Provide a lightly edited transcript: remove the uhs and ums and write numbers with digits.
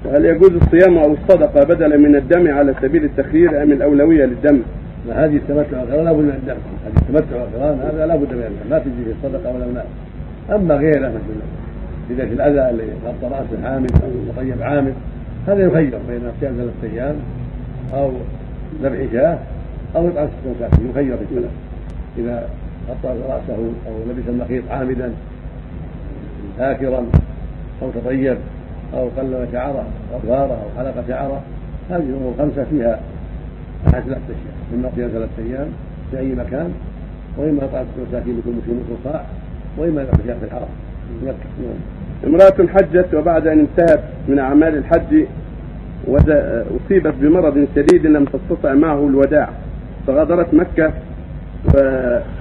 وهل يجوز الصيام أو الصدقة بدلا من الدم على سبيل التخيير أم الأولوية للدم؟ هذه التمتع والقران لا بد من الدم، هذه التمتع والقران هذا لا بد من الدم، لا تجي في الصدقه ولا منها. اما غيره مثل بدايه الاذى اللي غطى راسه حامل او مطيب عامل هذا يخير بين صيام 3 ايام او ذبح شاه او اطعام 6 مساكين، يخير في الثلاث. اذا غطى راسه او لبس المخيط عامدا هاكرا او تطيب او قلل شعره غفاره او حلق شعره، هذه الامور 5 فيها أحد 3 أشياء، إما صيام 3 أيام في أي مكان، وإما إطعام 6 مساكين لكل مسلم نصف صاع، وإما ذبح شاة في الحرم. امرأة حجت وبعد أن انتهت من أعمال الحج أصيبت بمرض شديد لم تستطع معه الوداع، فغادرت مكة